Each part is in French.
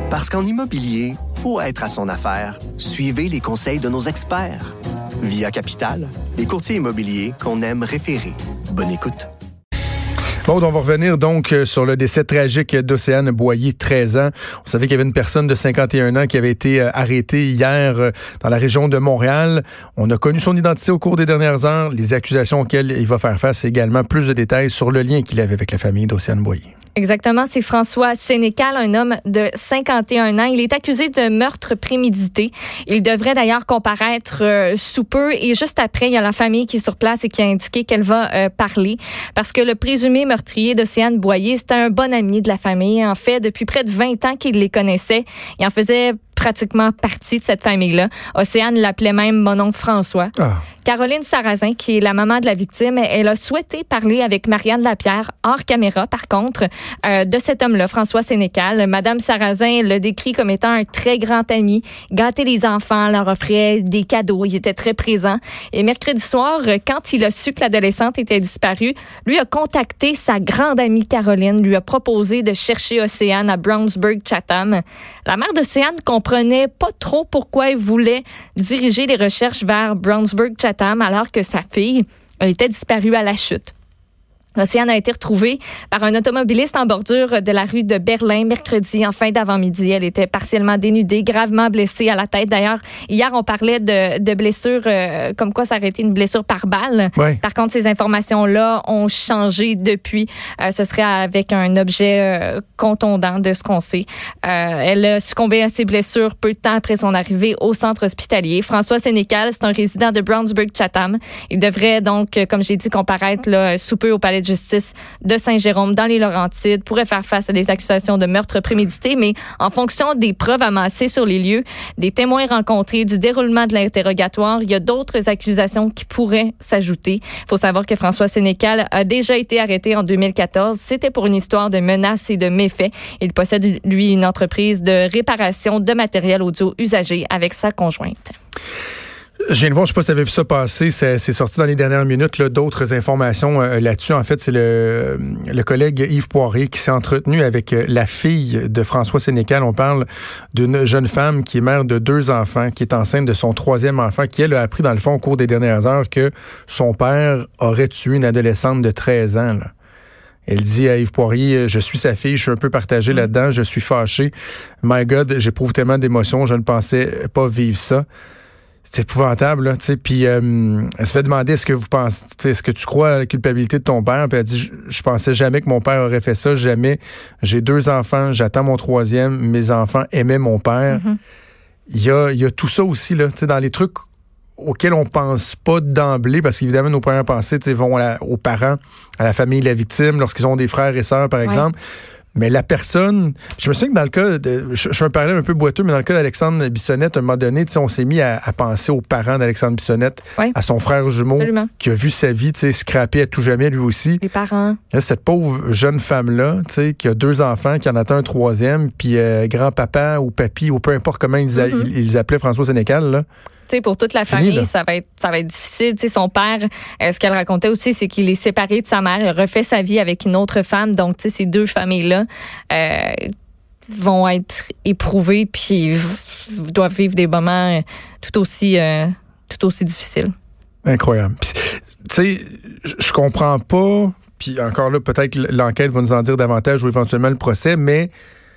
Parce qu'en immobilier, faut être à son affaire. Suivez les conseils de nos experts. Via Capital, les courtiers immobiliers qu'on aime référer. Bonne écoute. Bon, on va revenir donc sur le décès tragique d'Océane Boyer, 13 ans. On savait qu'il y avait une personne de 51 ans qui avait été arrêtée hier dans la région de Montréal. On a connu son identité au cours des dernières heures, les accusations auxquelles il va faire face et également plus de détails sur le lien qu'il avait avec la famille d'Océane Boyer. Exactement, c'est François Sénécal, un homme de 51 ans. Il est accusé de meurtre prémédité. Il devrait d'ailleurs comparaître sous peu. Et juste après, il y a la famille qui est sur place et qui a indiqué qu'elle va parler. Parce que le présumé meurtrier d'Océane Boyer, c'était un bon ami de la famille. En fait, depuis près de 20 ans qu'il les connaissait. Il en faisait pratiquement partie de cette famille-là. Océane l'appelait même mon oncle François. Caroline Sarrazin, qui est la maman de la victime, elle a souhaité parler avec Marianne Lapierre, hors caméra par contre, de cet homme-là, François Sénécal. Madame Sarrazin le décrit comme étant un très grand ami, gâtait les enfants, leur offrait des cadeaux, il était très présent. Et mercredi soir, quand il a su que l'adolescente était disparue, lui a contacté sa grande amie Caroline, lui a proposé de chercher Océane à Brownsburg-Chatham. La mère d'Océane comprenait pas trop pourquoi elle voulait diriger les recherches vers Brownsburg-Chatham alors que sa fille était disparue à la chute. Océane a été retrouvée par un automobiliste en bordure de la rue de Berlin mercredi en fin d'avant-midi. Elle était partiellement dénudée, gravement blessée à la tête. D'ailleurs, hier, on parlait de blessures, comme quoi ça aurait été une blessure par balle. Ouais. Par contre, ces informations-là ont changé depuis. Ce serait avec un objet contondant de ce qu'on sait. Elle a succombé à ses blessures peu de temps après son arrivée au centre hospitalier. François Sénécal, c'est un résident de Brownsburg-Chatham. Il devrait donc, comme j'ai dit, comparaître là, sous peu au palais de justice de Saint-Jérôme dans les Laurentides, pourrait faire face à des accusations de meurtre prémédité, mais en fonction des preuves amassées sur les lieux, des témoins rencontrés, du déroulement de l'interrogatoire, il y a d'autres accusations qui pourraient s'ajouter. Il faut savoir que François Sénécal a déjà été arrêté en 2014. C'était pour une histoire de menaces et de méfaits. Il possède, lui, une entreprise de réparation de matériel audio usagé avec sa conjointe. Je viens de voir, je ne sais pas si tu avais vu ça passer, c'est sorti dans les dernières minutes, là, d'autres informations là-dessus. En fait, c'est le collègue Yves Poirier qui s'est entretenu avec la fille de François Sénécal. On parle d'une jeune femme qui est mère de 2 enfants, qui est enceinte de son 3e enfant, qui, elle, a appris dans le fond au cours des dernières heures que son père aurait tué une adolescente de 13 ans. Là. Elle dit à Yves Poirier, je suis sa fille, je suis un peu partagé là-dedans, je suis fâché. My God, j'éprouve tellement d'émotions, je ne pensais pas vivre ça. C'est épouvantable, là, tu sais. Puis elle se fait demander est-ce que tu crois à la culpabilité de ton père? Puis elle dit je pensais jamais que mon père aurait fait ça, jamais. J'ai 2 enfants, j'attends mon 3e, mes enfants aimaient mon père. Mm-hmm. Il y a tout ça aussi, là, tu sais, dans les trucs auxquels on pense pas d'emblée, parce qu'évidemment, nos premières pensées, tu sais, vont aux parents, à la famille de la victime, lorsqu'ils ont des frères et sœurs, par exemple. Mais la personne, je me souviens que dans le cas, je suis un parallèle un peu boiteux, mais dans le cas d'Alexandre Bissonnette, à un moment donné, on s'est mis à penser aux parents d'Alexandre Bissonnette, à son frère jumeau, absolument, qui a vu sa vie scraper à tout jamais lui aussi. Les parents. Là, cette pauvre jeune femme-là, qui a 2 enfants, qui en attend un 3e, puis grand-papa ou papy, ou peu importe comment ils appelaient François Sénécal, là. T'sais, pour toute la famille, ça va être difficile. T'sais, son père, ce qu'elle racontait aussi, c'est qu'il est séparé de sa mère, il refait sa vie avec une autre femme. Donc, ces 2 familles-là vont être éprouvées puis doivent vivre des moments tout aussi difficiles. Incroyable. Tu sais, je comprends pas, puis encore là, peut-être que l'enquête va nous en dire davantage ou éventuellement le procès, mais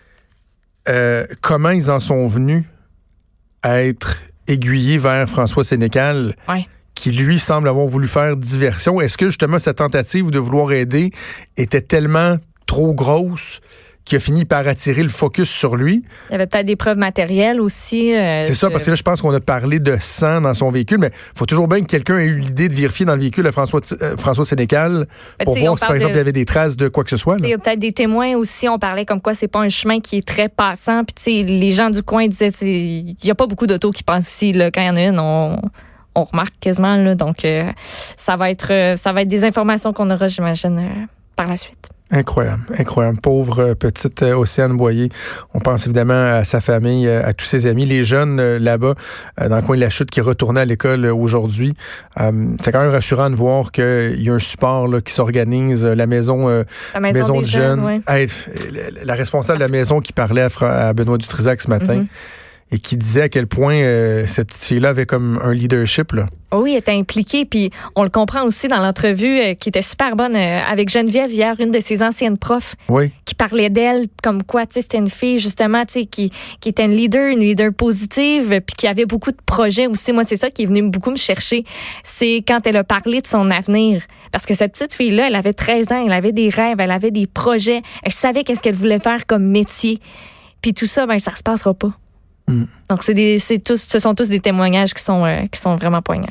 comment ils en sont venus à être aiguillé vers François Sénécal, qui, lui, semble avoir voulu faire diversion. Est-ce que, justement, cette tentative de vouloir aider était tellement trop grosse qu'il a fini par attirer le focus sur lui? Il y avait peut-être des preuves matérielles aussi. C'est ça, parce que là, je pense qu'on a parlé de sang dans son véhicule, mais il faut toujours bien que quelqu'un ait eu l'idée de vérifier dans le véhicule de François Sénécal pour voir si, par exemple, il y avait des traces de quoi que ce soit. Il y a peut-être des témoins aussi. On parlait comme quoi c'est pas un chemin qui est très passant. Puis, les gens du coin disaient il n'y a pas beaucoup d'autos qui passent ici. Là. Quand il y en a une, on remarque quasiment. Là. Donc, ça va être des informations qu'on aura, j'imagine, par la suite. Incroyable, incroyable. Pauvre petite Océane Boyer. On pense évidemment à sa famille, à tous ses amis. Les jeunes là-bas, dans le coin de la Chute, qui retournaient à l'école aujourd'hui. C'est quand même rassurant de voir qu'il y a un support là, qui s'organise. La maison de jeunes. Ouais. Hey, la responsable de la maison qui parlait à Benoît Dutrisac ce matin. Et qui disait à quel point cette petite fille-là avait comme un leadership, là. Oui, elle était impliquée, puis on le comprend aussi dans l'entrevue qui était super bonne avec Geneviève hier, une de ses anciennes profs, qui parlait d'elle comme quoi, tu sais, c'était une fille justement, tu sais, qui était une leader positive, puis qui avait beaucoup de projets aussi. Moi, c'est ça qui est venu beaucoup me chercher, c'est quand elle a parlé de son avenir. Parce que cette petite fille-là, elle avait 13 ans, elle avait des rêves, elle avait des projets, elle savait qu'est-ce qu'elle voulait faire comme métier. Puis tout ça, ça se passera pas. Donc, ce sont tous des témoignages qui sont vraiment poignants.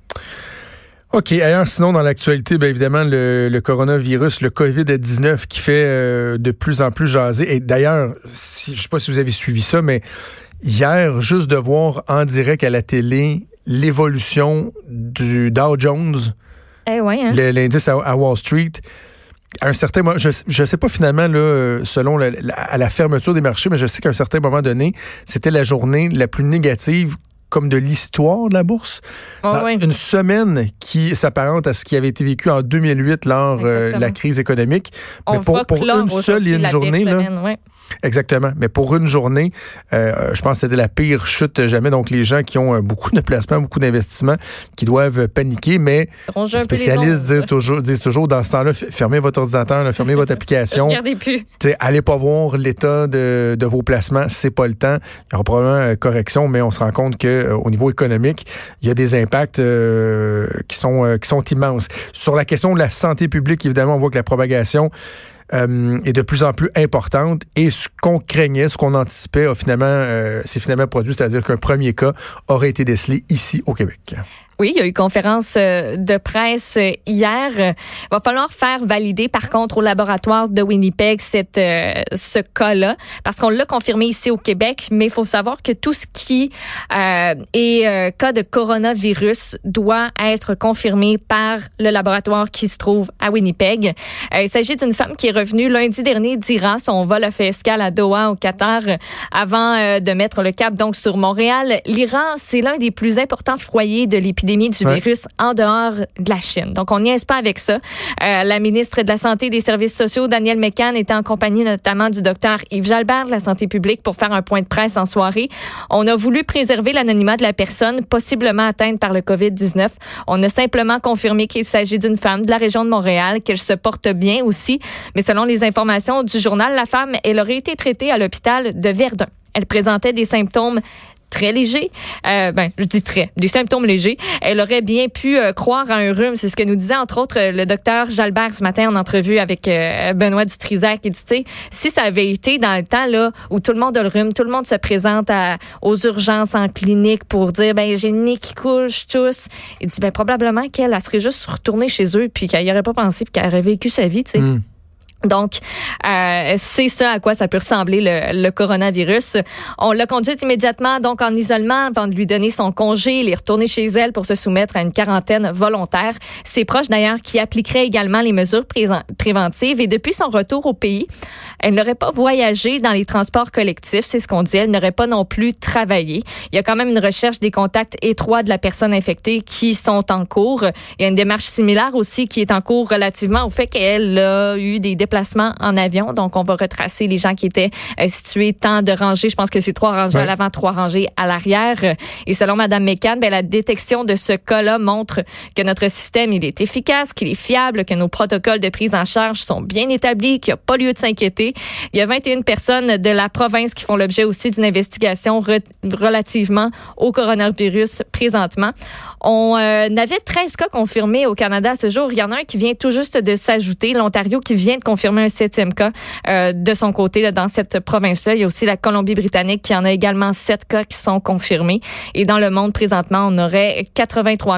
OK. Ailleurs, sinon, dans l'actualité, bien évidemment, le coronavirus, le COVID-19 qui fait de plus en plus jaser. Et d'ailleurs, je ne sais pas si vous avez suivi ça, mais hier, juste de voir en direct à la télé l'évolution du Dow Jones, l'indice à Wall Street. À un certain moment, je sais pas finalement là, selon à la fermeture des marchés, mais je sais qu'à un certain moment donné, c'était la journée la plus négative comme de l'histoire de la bourse. Une semaine qui s'apparente à ce qui avait été vécu en 2008 lors de la crise économique. Mais pour une seule et une journée, là. Exactement. Mais pour une journée, je pense que c'était la pire chute jamais. Donc, les gens qui ont beaucoup de placements, beaucoup d'investissements, qui doivent paniquer. Mais les spécialistes disent toujours dans ce temps-là, fermez votre ordinateur, là, fermez votre application. Regardez plus. Allez pas voir l'état de vos placements. C'est pas le temps. Il y aura probablement correction, mais on se rend compte qu'au niveau économique, il y a des impacts qui sont immenses. Sur la question de la santé publique, évidemment, on voit que la propagation est de plus en plus importante et ce qu'on craignait, ce qu'on anticipait s'est finalement produit, c'est-à-dire qu'un premier cas aurait été décelé ici au Québec. Oui, il y a eu conférence de presse hier. Il va falloir faire valider, par contre, au laboratoire de Winnipeg ce cas-là, parce qu'on l'a confirmé ici au Québec, mais il faut savoir que tout ce qui est cas de coronavirus doit être confirmé par le laboratoire qui se trouve à Winnipeg. Il s'agit d'une femme qui est revenue lundi dernier d'Iran. Son vol a fait escale à Doha, au Qatar, avant de mettre le cap donc sur Montréal. L'Iran, c'est l'un des plus importants foyers de l'épidémie du virus en dehors de la Chine. Donc, on n'y est pas avec ça. La ministre de la Santé et des Services sociaux, Danielle McCann, était en compagnie notamment du docteur Yves Jalbert de la Santé publique pour faire un point de presse en soirée. On a voulu préserver l'anonymat de la personne possiblement atteinte par le COVID-19. On a simplement confirmé qu'il s'agit d'une femme de la région de Montréal, qu'elle se porte bien aussi. Mais selon les informations du journal, la femme, elle aurait été traitée à l'hôpital de Verdun. Elle présentait des symptômes très léger, des symptômes légers. Elle aurait bien pu croire à un rhume. C'est ce que nous disait, entre autres, le docteur Jalbert ce matin en entrevue avec Benoît Dutrisac. Il dit, tu sais, si ça avait été dans le temps là où tout le monde a le rhume, tout le monde se présente aux urgences en clinique pour dire, j'ai le nez qui coule, je tousse. Il dit, probablement qu'elle serait juste retournée chez eux puis qu'elle n'y aurait pas pensé puis qu'elle aurait vécu sa vie, tu sais. Donc, c'est ça à quoi ça peut ressembler le coronavirus. On l'a conduite immédiatement donc en isolement avant de lui donner son congé. Il est retourné chez elle pour se soumettre à une quarantaine volontaire. Ses proches d'ailleurs qui appliqueraient également les mesures préventives. Et depuis son retour au pays, elle n'aurait pas voyagé dans les transports collectifs, c'est ce qu'on dit. Elle n'aurait pas non plus travaillé. Il y a quand même une recherche des contacts étroits de la personne infectée qui sont en cours. Il y a une démarche similaire aussi qui est en cours relativement au fait qu'elle a eu des déplacements en avion. Donc, on va retracer les gens qui étaient situés tant de rangées. Je pense que c'est 3 rangées à l'avant, 3 rangées à l'arrière. Et selon Mme McCann, la détection de ce cas-là montre que notre système, il est efficace, qu'il est fiable, que nos protocoles de prise en charge sont bien établis, qu'il n'y a pas lieu de s'inquiéter. Il y a 21 personnes de la province qui font l'objet aussi d'une investigation relativement au coronavirus présentement. On avait 13 cas confirmés au Canada à ce jour. Il y en a un qui vient tout juste de s'ajouter, l'Ontario qui vient de confirmer un 7e cas de son côté là, dans cette province-là. Il y a aussi la Colombie-Britannique qui en a également 7 cas qui sont confirmés. Et dans le monde, présentement, on aurait 83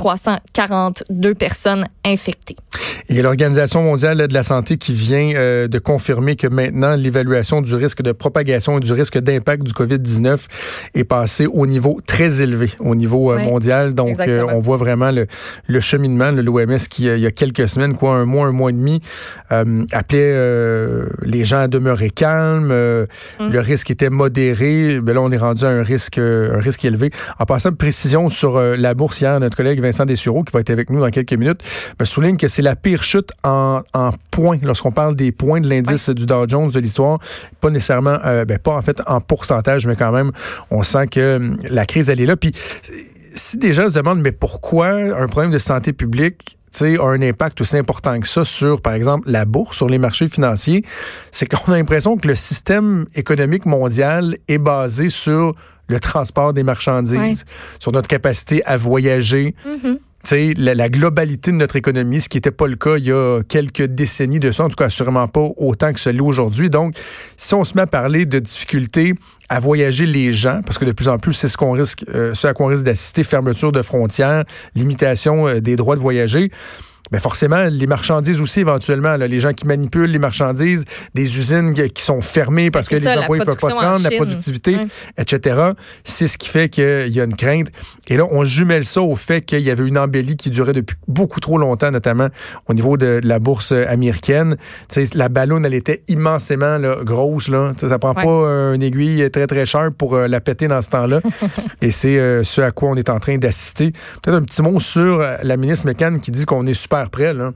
342 personnes infectées. Il y a l'Organisation mondiale de la santé qui vient de confirmer que maintenant, l'évaluation du risque de propagation et du risque d'impact du COVID-19 est passée au niveau très élevé, au niveau mondial. Donc, Donc, on voit vraiment le cheminement de l'OMS qui, il y a quelques semaines, un mois et demi, appelait les gens à demeurer calmes. Le risque était modéré. Ben là, on est rendu à un risque élevé. En passant de précision sur la bourse hier, notre collègue Vincent Dessureau, qui va être avec nous dans quelques minutes, me souligne que c'est la pire chute en points, lorsqu'on parle des points de l'indice du Dow Jones de l'histoire. Pas nécessairement, pas en fait en pourcentage, mais quand même, on sent que la crise, elle est là. Puis, si des gens se demandent, mais pourquoi un problème de santé publique a un impact aussi important que ça sur, par exemple, la bourse, sur les marchés financiers, c'est qu'on a l'impression que le système économique mondial est basé sur le transport des marchandises, sur notre capacité à voyager. La globalité de notre économie, ce qui n'était pas le cas il y a quelques décennies de ça, en tout cas sûrement pas autant que ce l'est aujourd'hui. Donc, si on se met à parler de difficultés à voyager les gens, parce que de plus en plus, c'est ce à quoi on risque d'assister, fermeture de frontières, limitation des droits de voyager, bien forcément, les marchandises aussi, éventuellement, là, les gens qui manipulent les marchandises, des usines qui sont fermées parce que les employés ne peuvent pas se rendre, la productivité, etc. C'est ce qui fait qu'il y a une crainte. Et là, on jumelle ça au fait qu'il y avait une embellie qui durait depuis beaucoup trop longtemps, notamment au niveau de la bourse américaine. T'sais, la balloune, elle était immensément grosse. Là. Ça prend pas une aiguille très, très chère pour la péter dans ce temps-là. Et c'est ce à quoi on est en train d'assister. Peut-être un petit mot sur la ministre McCann qui dit qu'on est super près, là.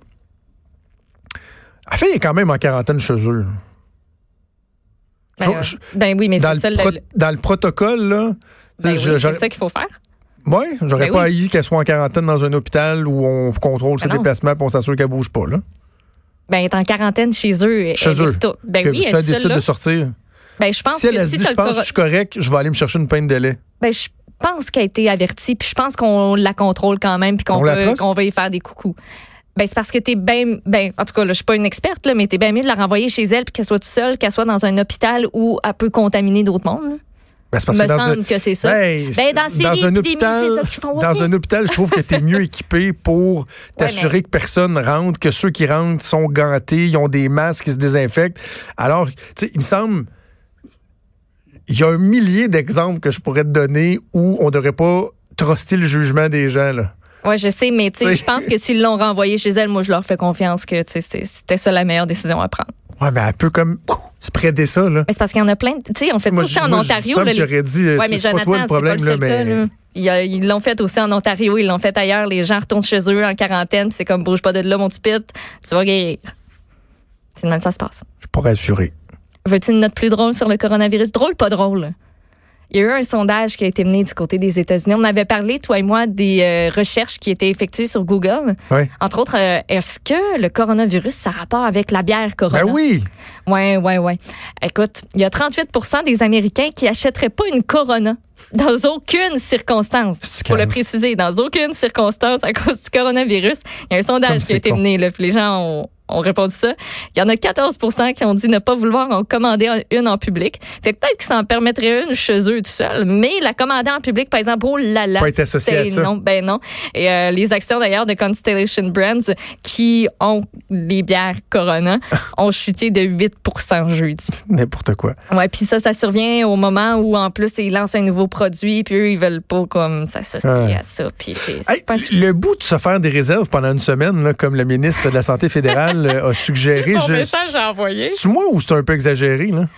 La fille est quand même en quarantaine chez eux. Oui, mais c'est ça. Dans le protocole, là... c'est ça qu'il faut faire. Oui, j'aurais pas haï qu'elle soit en quarantaine dans un hôpital où on contrôle ses déplacements et on s'assure qu'elle bouge pas, là. Elle est en quarantaine chez eux. Chez eux. Si elle décide de sortir. Je pense si elle a dit, je pense que je suis correct, je vais aller me chercher une pinte de lait. Je pense qu'elle a été avertie, puis je pense qu'on la contrôle quand même, puis qu'on va y faire des coucous. C'est parce que t'es bien... en tout cas, là, je suis pas une experte, là, mais t'es bien mieux de la renvoyer chez elle puis qu'elle soit toute seule, qu'elle soit dans un hôpital où elle peut contaminer d'autres mondes. Là. C'est parce me semble que c'est ça. Dans un hôpital, c'est ça qu'ils font. Dans un hôpital, je trouve que t'es mieux équipé pour t'assurer que personne rentre, que ceux qui rentrent sont gantés, ils ont des masques, ils se désinfectent. Alors, tu sais, il me semble... Il y a un millier d'exemples que je pourrais te donner où on devrait pas truster le jugement des gens, là. Oui, je sais, mais je pense que s'ils l'ont renvoyé chez elle, moi, je leur fais confiance que c'était ça la meilleure décision à prendre. Oui, mais elle peut comme se prêter ça, là. Mais c'est parce qu'il y en a plein. Tu sais, on fait ça aussi en Ontario. J'aurais dit, c'est pas toi le problème, là, mais... Ils l'ont fait aussi en Ontario, ils l'ont fait ailleurs. Les gens retournent chez eux en quarantaine, c'est comme, bouge pas de là, mon petit pit, tu vas guérir. C'est de même ça se passe. Je suis pas rassuré. Veux-tu une note plus drôle sur le coronavirus? Drôle, pas drôle? Il y a eu un sondage qui a été mené du côté des États-Unis. On avait parlé, toi et moi, des recherches qui étaient effectuées sur Google. Oui. Entre autres, est-ce que le coronavirus, ça a rapport avec la bière Corona? Ben oui! Oui. Écoute, il y a 38% des Américains qui n'achèteraient pas une Corona dans aucune circonstance. Il faut le préciser, dans aucune circonstance à cause du coronavirus. Il y a un sondage qui a été mené, là, puis les gens ont répondu ça. Il y en a 14% qui ont dit ne pas vouloir en commander une en public. Fait que peut-être qu'ils s'en permettraient une chez eux tout seuls, mais la commander en public, par exemple, pas être associé à ça. Non. Et les actions d'ailleurs de Constellation Brands qui ont des bières Corona ont chuté de 8% jeudi. N'importe quoi. Ouais, puis ça survient au moment où en plus ils lancent un nouveau produit, puis eux ils veulent pas comme s'associer à ça. Puis le bout de se faire des réserves pendant une semaine, là, comme le ministre de la Santé fédérale a suggéré. C'est mon message j'ai envoyé. C'est moi ou c'est un peu exagéré, là?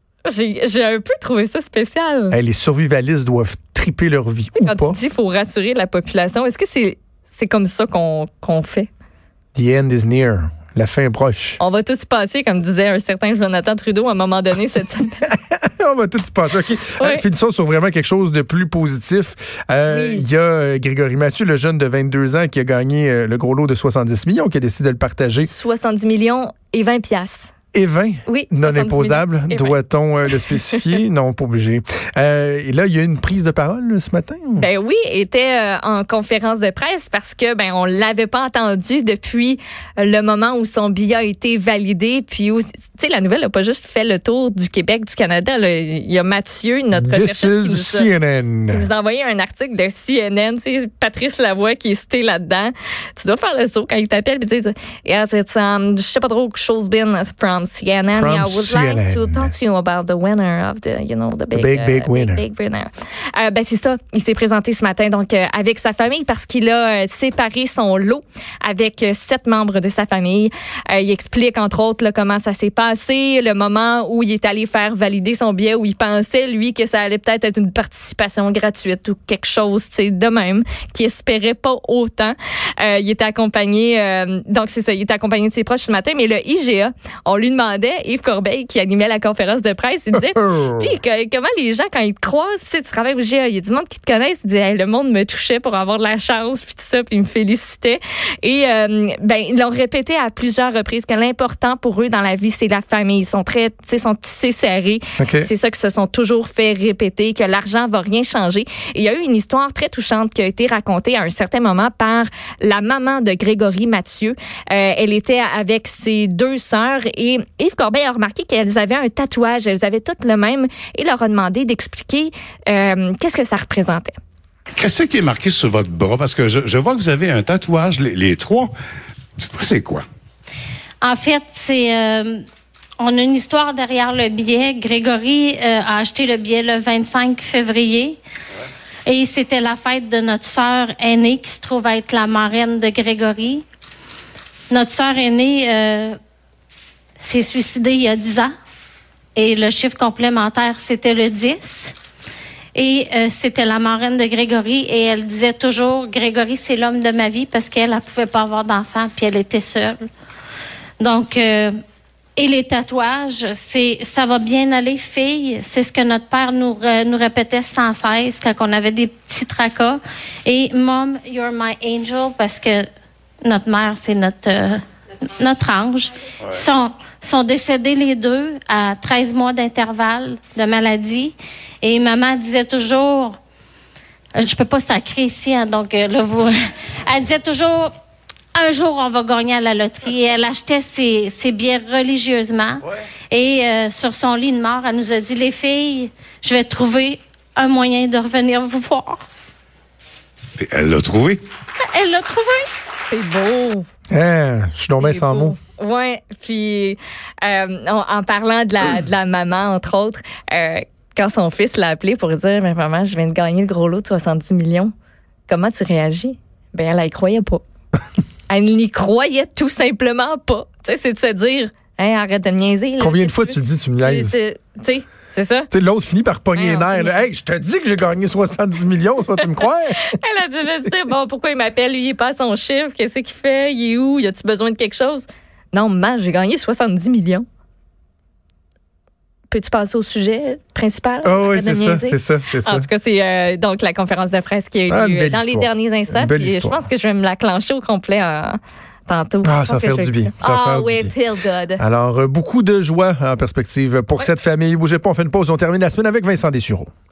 J'ai un peu trouvé ça spécial. Les survivalistes doivent triper leur vie. Quand tu dis qu'il faut rassurer la population, est-ce que c'est comme ça qu'on fait? The end is near. La fin est proche. On va tous y passer, comme disait un certain Jonathan Trudeau à un moment donné cette semaine. On va tout y passer. OK. Finissons sur vraiment quelque chose de plus positif. Il y a Grégory Massieu, le jeune de 22 ans, qui a gagné le gros lot de 70 millions, qui a décidé de le partager. 70 millions et 20 piastres. Et 20, oui, non imposable, doit-on le spécifier? Non, pas obligé. Et là, il y a une prise de parole ce matin? Ben oui, était en conférence de presse parce que on l'avait pas entendu depuis le moment où son billet a été validé. Puis, tu sais, la nouvelle n'a pas juste fait le tour du Québec, du Canada. Là. Il y a Mathieu, notre chercheur, qui nous a envoyé un article de CNN. Tu sais, Patrice Lavoie qui est cité là-dedans. Tu dois faire le saut quand il t'appelle et dire, yes, it's, je sais pas trop, show's been from CNN. I would like to talk to you about the winner of the big winner. Big winner. C'est ça. Il s'est présenté ce matin donc avec sa famille parce qu'il a séparé son lot avec 7 membres de sa famille. Il explique entre autres là, comment ça s'est passé, le moment où il est allé faire valider son billet, où il pensait lui que ça allait peut-être être une participation gratuite ou quelque chose, tu sais, de même, qu'il espérait pas autant. Il était accompagné, donc c'est ça, il était accompagné de ses proches ce matin, mais le IGA, on lui demandait, Yves Corbeil, qui animait la conférence de presse, il disait, puis comment les gens, quand ils te croisent, puis tu travailles au IGA, il y a du monde qui te connaissent, il dit, hey, le monde me touchait pour avoir de la chance, puis tout ça, puis il me félicitait. Et ils l'ont répété à plusieurs reprises que l'important pour eux dans la vie, c'est la famille. Ils sont très, tu sais, sont tissés serrés. Okay. C'est ça qu'ils se sont toujours fait répéter, que l'argent va rien changer. Et il y a eu une histoire très touchante qui a été racontée à un certain moment par la maman de Grégory Mathieu. Elle était avec ses 2 sœurs et Yves Corbeil a remarqué qu'elles avaient un tatouage. Elles avaient toutes le même et leur a demandé d'expliquer qu'est-ce que ça représentait. Qu'est-ce qui est marqué sur votre bras? Parce que je vois que vous avez un tatouage, les 3. Dites-moi, c'est quoi? En fait, c'est... on a une histoire derrière le billet. Grégory a acheté le billet le 25 février. Et c'était la fête de notre sœur aînée qui se trouve être la marraine de Grégory. Notre sœur aînée s'est suicidée il y a 10 ans. Et le chiffre complémentaire, c'était le 10. Et c'était la marraine de Grégory. Et elle disait toujours, Grégory, c'est l'homme de ma vie parce qu'elle ne pouvait pas avoir d'enfant puis elle était seule. Donc... Et les tatouages, ça va bien aller, fille. C'est ce que notre père nous répétait sans cesse quand on avait des petits tracas. Et Mom, you're my angel, parce que notre mère, c'est notre ange. Ouais. Sont décédés les 2 à 13 mois d'intervalle de maladie. Et maman disait toujours, je peux pas sacrer ici, hein, donc là, elle disait toujours... Un jour, on va gagner à la loterie. Et elle achetait ses billets religieusement. Ouais. Et sur son lit de mort, elle nous a dit, les filles, je vais trouver un moyen de revenir vous voir. Et elle l'a trouvé? Elle l'a trouvé. C'est beau. Je suis tombé sans mots. Oui, puis en parlant de la maman, entre autres, quand son fils l'a appelé pour dire, mais maman, je viens de gagner le gros lot de 70 millions, comment tu réagis? Elle n'y croyait pas. Elle n'y croyait tout simplement pas. Tu sais, c'est de se dire, hey, arrête de me niaiser. Là, combien de fois tu dis tu me niaises? Tu sais, c'est ça. Tu sais, l'autre finit par pogner les nerfs. Hey, je te dis que j'ai gagné 70 millions, c'est pas tu me crois? Elle a dit, mais bon, pourquoi il m'appelle? Lui, il est pas à son chiffre. Qu'est-ce qu'il fait? Il est où? Y a-tu besoin de quelque chose? Non, maman, j'ai gagné 70 millions. Peux-tu passer au sujet principal? Oh oui, c'est ça. En tout cas, c'est donc la conférence de presse qui a eu lieu dans les derniers instants. Puis je pense que je vais me la clencher au complet tantôt. Ah, ça va faire du bien. Feel good. Alors, beaucoup de joie en perspective pour cette famille. Bougez pas, on fait une pause. On termine la semaine avec Vincent Dessureau.